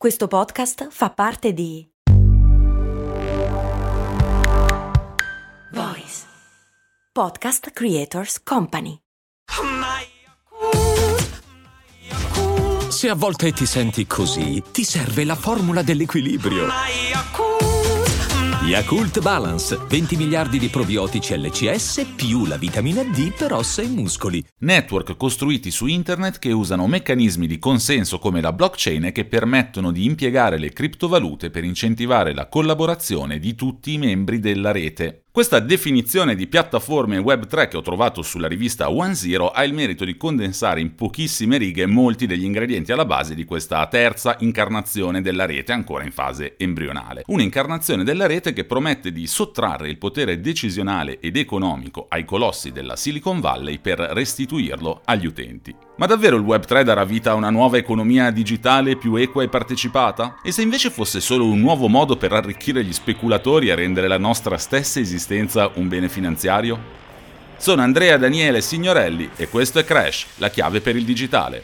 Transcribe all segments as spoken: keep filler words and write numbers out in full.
Questo podcast fa parte di Voice Podcast Creators Company. Se a volte ti senti così, ti serve la formula dell'equilibrio. Yakult Balance, venti miliardi di probiotici L C S più la vitamina D per ossa e muscoli. Network costruiti su internet che usano meccanismi di consenso come la blockchain e che permettono di impiegare le criptovalute per incentivare la collaborazione di tutti i membri della rete. Questa definizione di piattaforme web tre che ho trovato sulla rivista OneZero ha il merito di condensare in pochissime righe molti degli ingredienti alla base di questa terza incarnazione della rete ancora in fase embrionale. Un'incarnazione della rete che promette di sottrarre il potere decisionale ed economico ai colossi della Silicon Valley per restituirlo agli utenti. Ma davvero il web tre darà vita a una nuova economia digitale più equa e partecipata? E se invece fosse solo un nuovo modo per arricchire gli speculatori e rendere la nostra stessa esistenza un bene finanziario? Sono Andrea Daniele Signorelli e questo è Crash, la chiave per il digitale.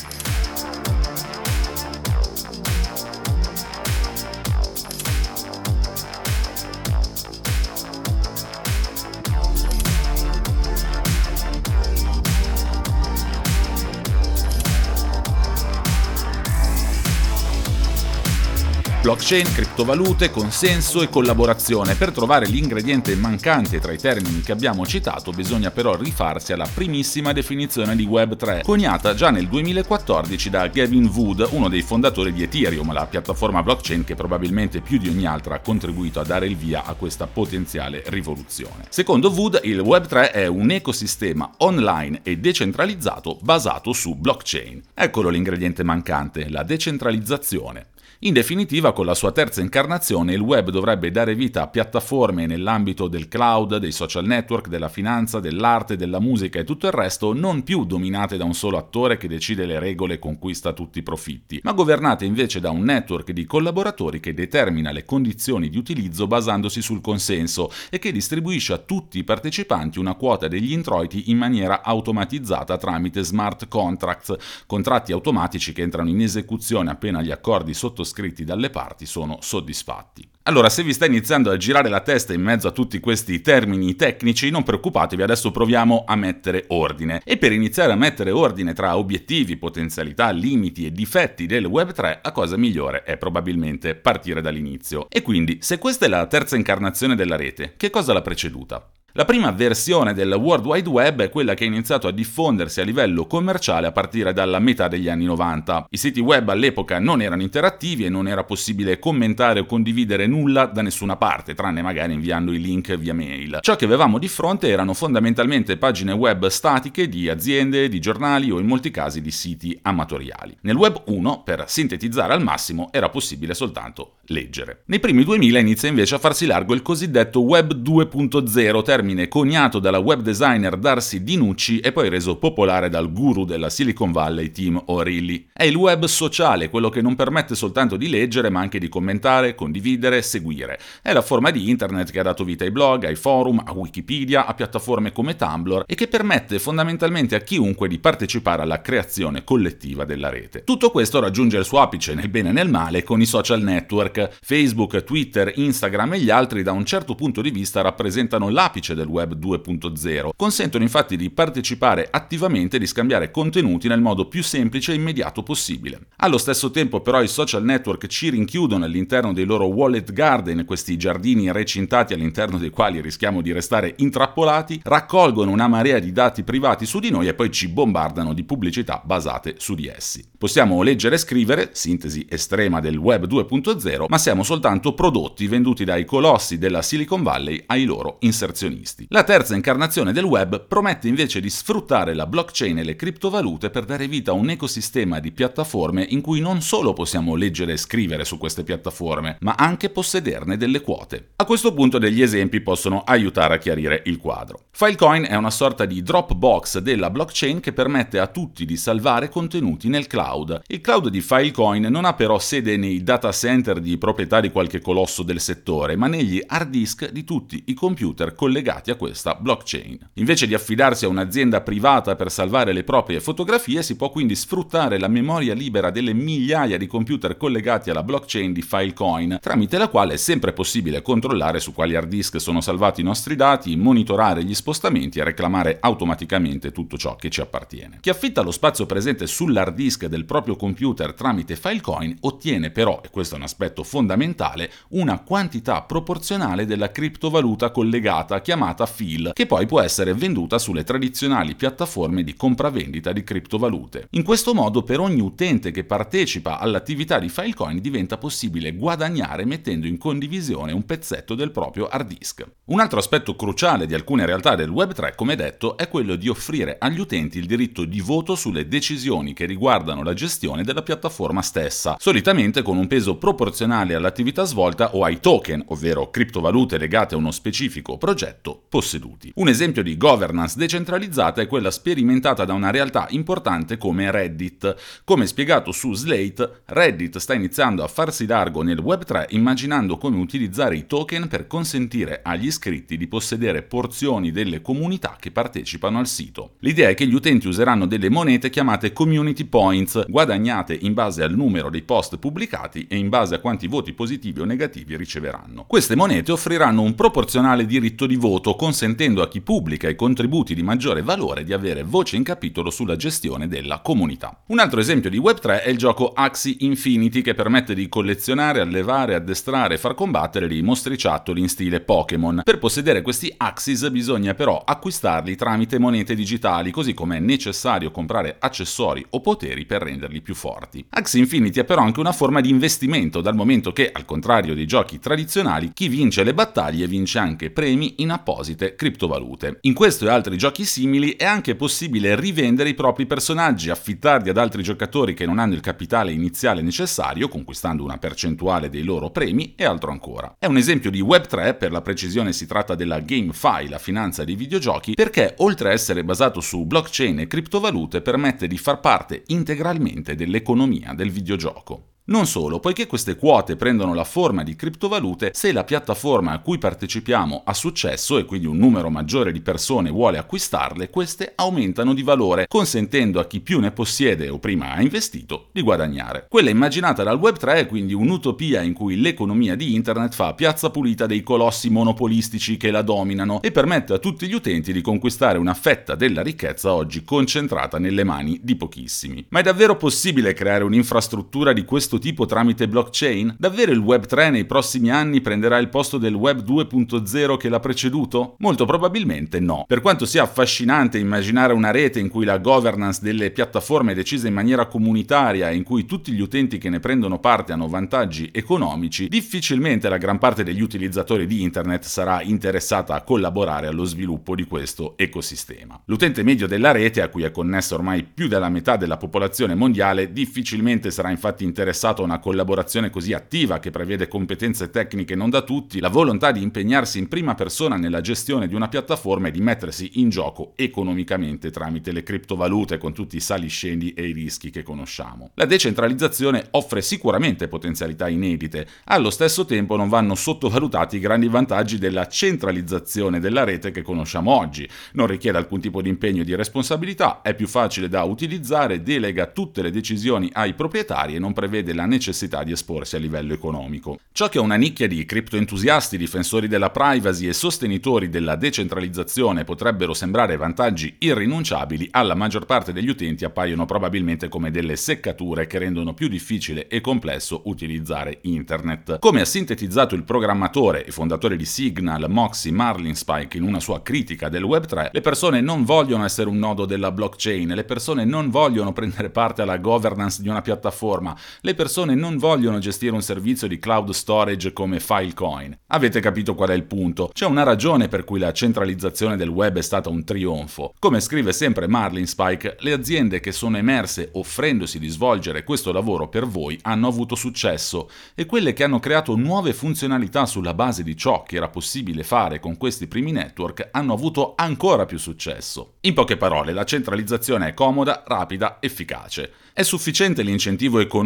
Blockchain, criptovalute, consenso e collaborazione. Per trovare l'ingrediente mancante tra i termini che abbiamo citato bisogna però rifarsi alla primissima definizione di web tre, coniata già nel duemilaquattordici da Gavin Wood, uno dei fondatori di Ethereum, la piattaforma blockchain che probabilmente più di ogni altra ha contribuito a dare il via a questa potenziale rivoluzione. Secondo Wood, il web tre è un ecosistema online e decentralizzato basato su blockchain. Eccolo l'ingrediente mancante, la decentralizzazione. In definitiva, con la sua terza incarnazione, il web dovrebbe dare vita a piattaforme nell'ambito del cloud, dei social network, della finanza, dell'arte, della musica e tutto il resto, non più dominate da un solo attore che decide le regole e conquista tutti i profitti, ma governate invece da un network di collaboratori che determina le condizioni di utilizzo basandosi sul consenso e che distribuisce a tutti i partecipanti una quota degli introiti in maniera automatizzata tramite smart contracts, contratti automatici che entrano in esecuzione appena gli accordi sottoscritti scritti dalle parti sono soddisfatti. Allora, se vi sta iniziando a girare la testa in mezzo a tutti questi termini tecnici, non preoccupatevi, adesso proviamo a mettere ordine. E per iniziare a mettere ordine tra obiettivi, potenzialità, limiti e difetti del web tre, la cosa migliore è probabilmente partire dall'inizio. E quindi, se questa è la terza incarnazione della rete, che cosa l'ha preceduta? La prima versione del World Wide Web è quella che ha iniziato a diffondersi a livello commerciale a partire dalla metà degli anni novanta. I siti web all'epoca non erano interattivi e non era possibile commentare o condividere nulla da nessuna parte, tranne magari inviando i link via mail. Ciò che avevamo di fronte erano fondamentalmente pagine web statiche di aziende, di giornali o in molti casi di siti amatoriali. Nel web uno, per sintetizzare al massimo, era possibile soltanto leggere. Nei primi duemila inizia invece a farsi largo il cosiddetto web due punto zero, termine coniato dalla web designer Darcy Dinucci e poi reso popolare dal guru della Silicon Valley Tim O'Reilly. È il web sociale, quello che non permette soltanto di leggere ma anche di commentare, condividere, seguire. È la forma di internet che ha dato vita ai blog, ai forum, a Wikipedia, a piattaforme come Tumblr e che permette fondamentalmente a chiunque di partecipare alla creazione collettiva della rete. Tutto questo raggiunge il suo apice nel bene e nel male con i social network. Facebook, Twitter, Instagram e gli altri da un certo punto di vista rappresentano l'apice del web due punto zero. Consentono infatti di partecipare attivamente e di scambiare contenuti nel modo più semplice e immediato possibile. Allo stesso tempo però i social network ci rinchiudono all'interno dei loro wallet garden, questi giardini recintati all'interno dei quali rischiamo di restare intrappolati, raccolgono una marea di dati privati su di noi e poi ci bombardano di pubblicità basate su di essi. Possiamo leggere e scrivere, sintesi estrema del web due punto zero, ma siamo soltanto prodotti venduti dai colossi della Silicon Valley ai loro inserzionisti. La terza incarnazione del web promette invece di sfruttare la blockchain e le criptovalute per dare vita a un ecosistema di piattaforme in cui non solo possiamo leggere e scrivere su queste piattaforme, ma anche possederne delle quote. A questo punto degli esempi possono aiutare a chiarire il quadro. Filecoin è una sorta di Dropbox della blockchain che permette a tutti di salvare contenuti nel cloud. Il cloud di Filecoin non ha però sede nei data center di di proprietà di qualche colosso del settore, ma negli hard disk di tutti i computer collegati a questa blockchain. Invece di affidarsi a un'azienda privata per salvare le proprie fotografie, si può quindi sfruttare la memoria libera delle migliaia di computer collegati alla blockchain di Filecoin, tramite la quale è sempre possibile controllare su quali hard disk sono salvati i nostri dati, monitorare gli spostamenti e reclamare automaticamente tutto ciò che ci appartiene. Chi affitta lo spazio presente sull'hard disk del proprio computer tramite Filecoin ottiene però, e questo è un aspetto fondamentale, una quantità proporzionale della criptovaluta collegata chiamata Fil, che poi può essere venduta sulle tradizionali piattaforme di compravendita di criptovalute. In questo modo, per ogni utente che partecipa all'attività di Filecoin diventa possibile guadagnare mettendo in condivisione un pezzetto del proprio hard disk. Un altro aspetto cruciale di alcune realtà del web tre, come detto, è quello di offrire agli utenti il diritto di voto sulle decisioni che riguardano la gestione della piattaforma stessa, solitamente con un peso proporzionale all'attività svolta o ai token, ovvero criptovalute legate a uno specifico progetto, posseduti. Un esempio di governance decentralizzata è quella sperimentata da una realtà importante come Reddit. Come spiegato su Slate, Reddit sta iniziando a farsi largo nel web tre immaginando come utilizzare i token per consentire agli iscritti di possedere porzioni delle comunità che partecipano al sito. L'idea è che gli utenti useranno delle monete chiamate community points, guadagnate in base al numero dei post pubblicati e in base a quanti voti positivi o negativi riceveranno. Queste monete offriranno un proporzionale diritto di voto, consentendo a chi pubblica i contributi di maggiore valore di avere voce in capitolo sulla gestione della comunità. Un altro esempio di web tre è il gioco Axie Infinity, che permette di collezionare, allevare, addestrare e far combattere dei mostriciattoli in stile Pokémon. Per possedere questi Axies bisogna però acquistarli tramite monete digitali, così come è necessario comprare accessori o poteri per renderli più forti. Axie Infinity è però anche una forma di investimento, dal momento che, al contrario dei giochi tradizionali, chi vince le battaglie vince anche premi in apposite criptovalute. In questo e altri giochi simili è anche possibile rivendere i propri personaggi, affittarli ad altri giocatori che non hanno il capitale iniziale necessario, conquistando una percentuale dei loro premi e altro ancora. È un esempio di web tre, per la precisione si tratta della GameFi, la finanza dei videogiochi, perché oltre a essere basato su blockchain e criptovalute permette di far parte integralmente dell'economia del videogioco. Non solo, poiché queste quote prendono la forma di criptovalute, se la piattaforma a cui partecipiamo ha successo e quindi un numero maggiore di persone vuole acquistarle, queste aumentano di valore, consentendo a chi più ne possiede o prima ha investito di guadagnare. Quella immaginata dal web tre è quindi un'utopia in cui l'economia di internet fa piazza pulita dei colossi monopolistici che la dominano e permette a tutti gli utenti di conquistare una fetta della ricchezza oggi concentrata nelle mani di pochissimi. Ma è davvero possibile creare un'infrastruttura di questo tipo tramite blockchain? Davvero il web tre nei prossimi anni prenderà il posto del web due punto zero che l'ha preceduto? Molto probabilmente no. Per quanto sia affascinante immaginare una rete in cui la governance delle piattaforme è decisa in maniera comunitaria e in cui tutti gli utenti che ne prendono parte hanno vantaggi economici, difficilmente la gran parte degli utilizzatori di internet sarà interessata a collaborare allo sviluppo di questo ecosistema. L'utente medio della rete, a cui è connessa ormai più della metà della popolazione mondiale, difficilmente sarà infatti interessato a una collaborazione così attiva, che prevede competenze tecniche non da tutti, la volontà di impegnarsi in prima persona nella gestione di una piattaforma e di mettersi in gioco economicamente tramite le criptovalute, con tutti i saliscendi e i rischi che conosciamo. La decentralizzazione offre sicuramente potenzialità inedite, allo stesso tempo non vanno sottovalutati i grandi vantaggi della centralizzazione della rete che conosciamo oggi. Non richiede alcun tipo di impegno e di responsabilità, è più facile da utilizzare, delega tutte le decisioni ai proprietari e non prevede la necessità di esporsi a livello economico. Ciò che a una nicchia di criptoentusiasti, difensori della privacy e sostenitori della decentralizzazione potrebbero sembrare vantaggi irrinunciabili, alla maggior parte degli utenti appaiono probabilmente come delle seccature che rendono più difficile e complesso utilizzare internet. Come ha sintetizzato il programmatore e fondatore di Signal, Moxie Marlinspike, in una sua critica del web tre, le persone non vogliono essere un nodo della blockchain, le persone non vogliono prendere parte alla governance di una piattaforma, le persone non vogliono gestire un servizio di cloud storage come Filecoin. Avete capito qual è il punto? C'è una ragione per cui la centralizzazione del web è stata un trionfo. Come scrive sempre Marlinspike, le aziende che sono emerse offrendosi di svolgere questo lavoro per voi hanno avuto successo, e quelle che hanno creato nuove funzionalità sulla base di ciò che era possibile fare con questi primi network hanno avuto ancora più successo. In poche parole, la centralizzazione è comoda, rapida, efficace. È sufficiente l'incentivo economico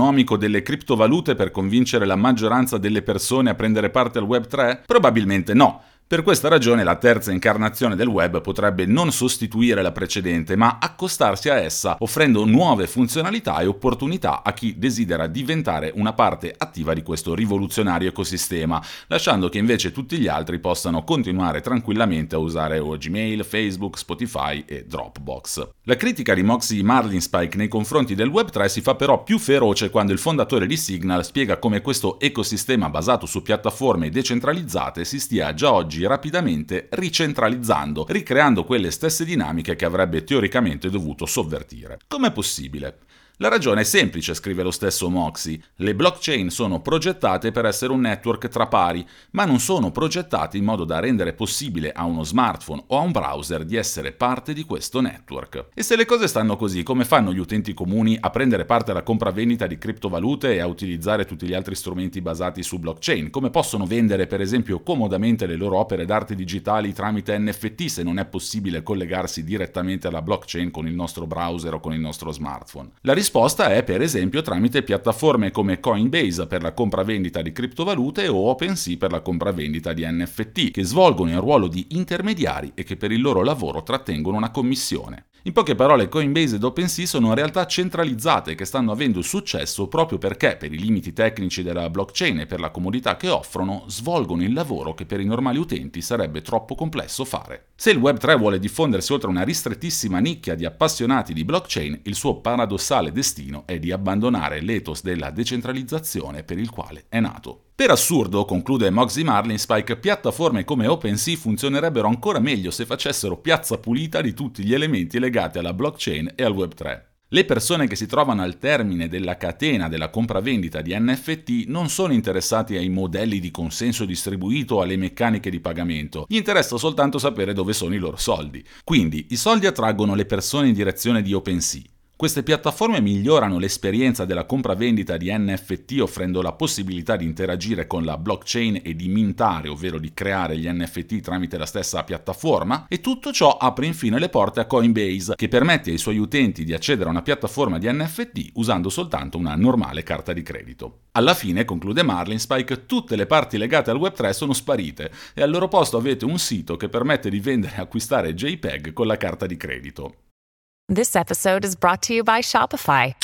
delle criptovalute per convincere la maggioranza delle persone a prendere parte al web tre? Probabilmente no. Per questa ragione la terza incarnazione del web potrebbe non sostituire la precedente, ma accostarsi a essa, offrendo nuove funzionalità e opportunità a chi desidera diventare una parte attiva di questo rivoluzionario ecosistema, lasciando che invece tutti gli altri possano continuare tranquillamente a usare Gmail, Facebook, Spotify e Dropbox. La critica di Moxie Marlinspike nei confronti del web tre si fa però più feroce quando il fondatore di Signal spiega come questo ecosistema basato su piattaforme decentralizzate si stia già oggi rapidamente ricentralizzando, ricreando quelle stesse dinamiche che avrebbe teoricamente dovuto sovvertire. Com'è possibile? La ragione è semplice, scrive lo stesso Moxie. Le blockchain sono progettate per essere un network tra pari, ma non sono progettate in modo da rendere possibile a uno smartphone o a un browser di essere parte di questo network. E se le cose stanno così, come fanno gli utenti comuni a prendere parte alla compravendita di criptovalute e a utilizzare tutti gli altri strumenti basati su blockchain? Come possono vendere, per esempio, comodamente le loro opere d'arte digitali tramite N F T se non è possibile collegarsi direttamente alla blockchain con il nostro browser o con il nostro smartphone? La La risposta è, per esempio, tramite piattaforme come Coinbase per la compravendita di criptovalute o OpenSea per la compravendita di N F T, che svolgono il ruolo di intermediari e che per il loro lavoro trattengono una commissione. In poche parole, Coinbase ed OpenSea sono realtà centralizzate che stanno avendo successo proprio perché, per i limiti tecnici della blockchain e per la comodità che offrono, svolgono il lavoro che per i normali utenti sarebbe troppo complesso fare. Se il web tre vuole diffondersi oltre una ristrettissima nicchia di appassionati di blockchain, il suo paradossale destino è di abbandonare l'ethos della decentralizzazione per il quale è nato. Per assurdo, conclude Moxie Marlinspike, piattaforme come OpenSea funzionerebbero ancora meglio se facessero piazza pulita di tutti gli elementi legati alla blockchain e al web tre. Le persone che si trovano al termine della catena della compravendita di N F T non sono interessati ai modelli di consenso distribuito o alle meccaniche di pagamento, gli interessa soltanto sapere dove sono i loro soldi. Quindi i soldi attraggono le persone in direzione di OpenSea. Queste piattaforme migliorano l'esperienza della compravendita di N F T offrendo la possibilità di interagire con la blockchain e di mintare, ovvero di creare gli N F T tramite la stessa piattaforma, e tutto ciò apre infine le porte a Coinbase, che permette ai suoi utenti di accedere a una piattaforma di N F T usando soltanto una normale carta di credito. Alla fine, conclude Marlinspike, tutte le parti legate al web tre sono sparite e al loro posto avete un sito che permette di vendere e acquistare JPEG con la carta di credito. This episode is brought to you by Shopify.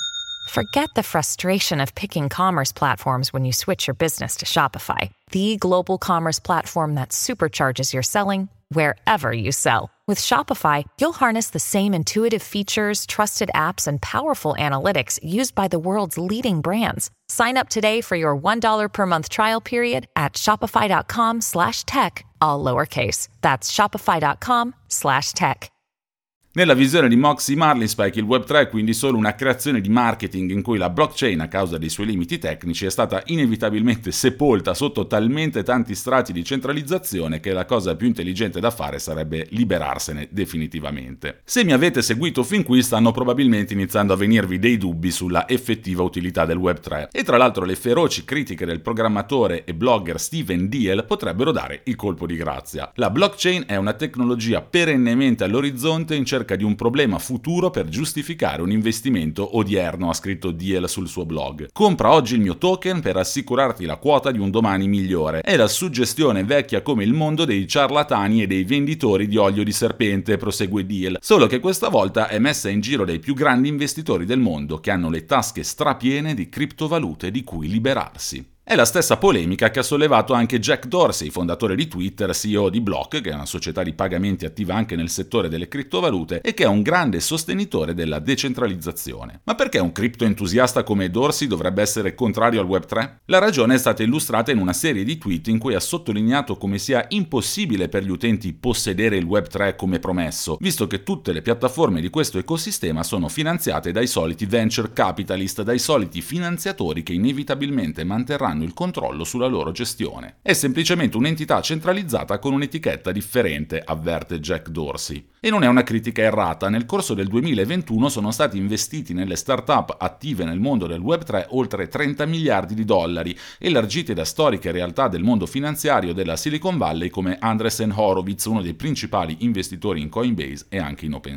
Forget the frustration of picking commerce platforms when you switch your business to Shopify, the global commerce platform that supercharges your selling wherever you sell. With Shopify, you'll harness the same intuitive features, trusted apps, and powerful analytics used by the world's leading brands. Sign up today for your one dollar per month trial period at shopify.com slash tech, all lowercase. That's shopify.com slash tech. Nella visione di Moxie Marlinspike, il web tre è quindi solo una creazione di marketing in cui la blockchain, a causa dei suoi limiti tecnici, è stata inevitabilmente sepolta sotto talmente tanti strati di centralizzazione che la cosa più intelligente da fare sarebbe liberarsene definitivamente. Se mi avete seguito fin qui, stanno probabilmente iniziando a venirvi dei dubbi sulla effettiva utilità del web tre, e tra l'altro le feroci critiche del programmatore e blogger Steven Diel potrebbero dare il colpo di grazia. La blockchain è una tecnologia perennemente all'orizzonte in cerca di un problema futuro per giustificare un investimento odierno, ha scritto Diel sul suo blog. Compra oggi il mio token per assicurarti la quota di un domani migliore. È la suggestione vecchia come il mondo dei ciarlatani e dei venditori di olio di serpente, prosegue Diel, solo che questa volta è messa in giro dai più grandi investitori del mondo che hanno le tasche strapiene di criptovalute di cui liberarsi. È la stessa polemica che ha sollevato anche Jack Dorsey, fondatore di Twitter, C E O di Block, che è una società di pagamenti attiva anche nel settore delle criptovalute e che è un grande sostenitore della decentralizzazione. Ma perché un criptoentusiasta come Dorsey dovrebbe essere contrario al web tre? La ragione è stata illustrata in una serie di tweet in cui ha sottolineato come sia impossibile per gli utenti possedere il web tre come promesso, visto che tutte le piattaforme di questo ecosistema sono finanziate dai soliti venture capitalist, dai soliti finanziatori che inevitabilmente manterranno il controllo sulla loro gestione. È semplicemente un'entità centralizzata con un'etichetta differente, avverte Jack Dorsey. E non è una critica errata. Nel corso del duemilaventuno sono stati investiti nelle start-up attive nel mondo del web tre oltre trenta miliardi di dollari, elargiti da storiche realtà del mondo finanziario della Silicon Valley come Andreessen Horowitz, uno dei principali investitori in Coinbase e anche in OpenSea.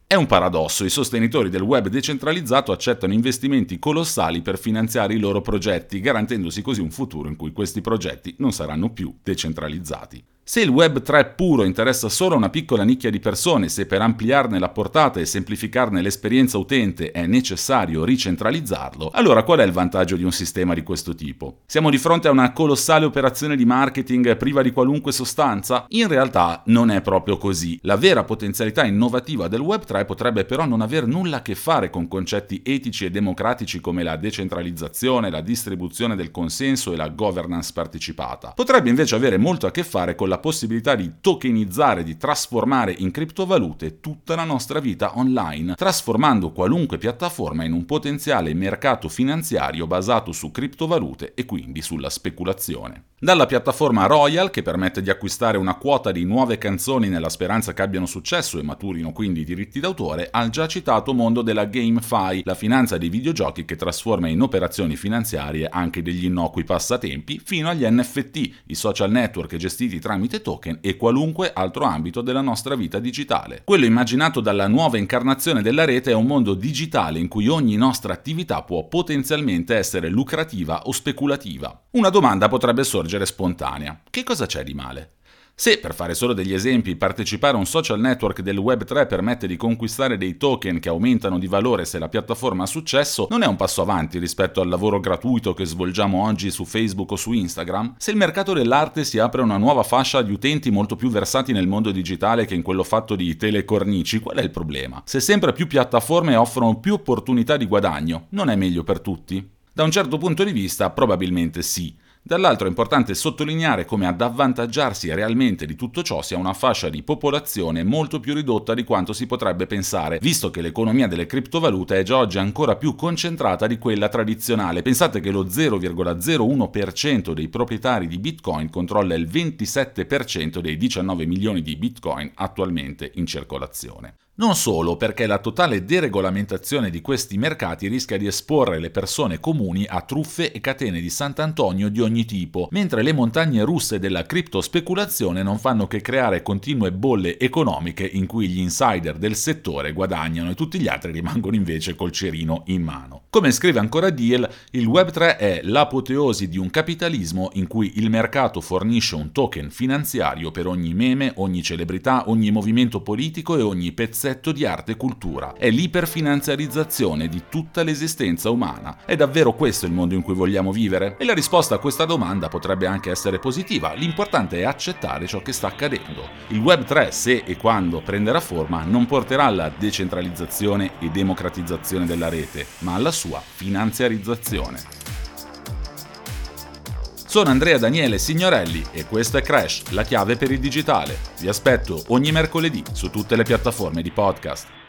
È un paradosso, i sostenitori del web decentralizzato accettano investimenti colossali per finanziare i loro progetti, garantendosi così un futuro in cui questi progetti non saranno più decentralizzati. Se il web tre puro interessa solo una piccola nicchia di persone, se per ampliarne la portata e semplificarne l'esperienza utente è necessario ricentralizzarlo, allora qual è il vantaggio di un sistema di questo tipo? Siamo di fronte a una colossale operazione di marketing priva di qualunque sostanza? In realtà non è proprio così. La vera potenzialità innovativa del web tre potrebbe però non aver nulla a che fare con concetti etici e democratici come la decentralizzazione, la distribuzione del consenso e la governance partecipata. Potrebbe invece avere molto a che fare con la possibilità di tokenizzare, di trasformare in criptovalute tutta la nostra vita online, trasformando qualunque piattaforma in un potenziale mercato finanziario basato su criptovalute e quindi sulla speculazione. Dalla piattaforma Royal, che permette di acquistare una quota di nuove canzoni nella speranza che abbiano successo e maturino quindi i diritti d'autore, al già citato mondo della GameFi, la finanza dei videogiochi che trasforma in operazioni finanziarie anche degli innocui passatempi, fino agli N F T, i social network gestiti tramite token e qualunque altro ambito della nostra vita digitale. Quello immaginato dalla nuova incarnazione della rete è un mondo digitale in cui ogni nostra attività può potenzialmente essere lucrativa o speculativa. Una domanda potrebbe sorgere spontanea: che cosa c'è di male? Se, per fare solo degli esempi, partecipare a un social network del web tre permette di conquistare dei token che aumentano di valore se la piattaforma ha successo, non è un passo avanti rispetto al lavoro gratuito che svolgiamo oggi su Facebook o su Instagram? Se il mercato dell'arte si apre a una nuova fascia di utenti molto più versati nel mondo digitale che in quello fatto di telecornici, qual è il problema? Se sempre più piattaforme offrono più opportunità di guadagno, non è meglio per tutti? Da un certo punto di vista, probabilmente sì. Dall'altro è importante sottolineare come ad avvantaggiarsi realmente di tutto ciò sia una fascia di popolazione molto più ridotta di quanto si potrebbe pensare, visto che l'economia delle criptovalute è già oggi ancora più concentrata di quella tradizionale. Pensate che lo zero virgola zero uno per cento dei proprietari di Bitcoin controlla il ventisette per cento dei diciannove milioni di Bitcoin attualmente in circolazione. Non solo, perché la totale deregolamentazione di questi mercati rischia di esporre le persone comuni a truffe e catene di Sant'Antonio di ogni tipo, mentre le montagne russe della criptospeculazione non fanno che creare continue bolle economiche in cui gli insider del settore guadagnano e tutti gli altri rimangono invece col cerino in mano. Come scrive ancora Deal, il web tre è l'apoteosi di un capitalismo in cui il mercato fornisce un token finanziario per ogni meme, ogni celebrità, ogni movimento politico e ogni pezzetto di arte e cultura. È l'iperfinanziarizzazione di tutta l'esistenza umana. È davvero questo il mondo in cui vogliamo vivere? E la risposta a questa domanda potrebbe anche essere positiva. L'importante è accettare ciò che sta accadendo. Il web tre, se e quando prenderà forma, non porterà alla decentralizzazione e democratizzazione della rete, ma alla sua finanziarizzazione. Sono Andrea Daniele Signorelli e questo è Crash, la chiave per il digitale. Vi aspetto ogni mercoledì su tutte le piattaforme di podcast.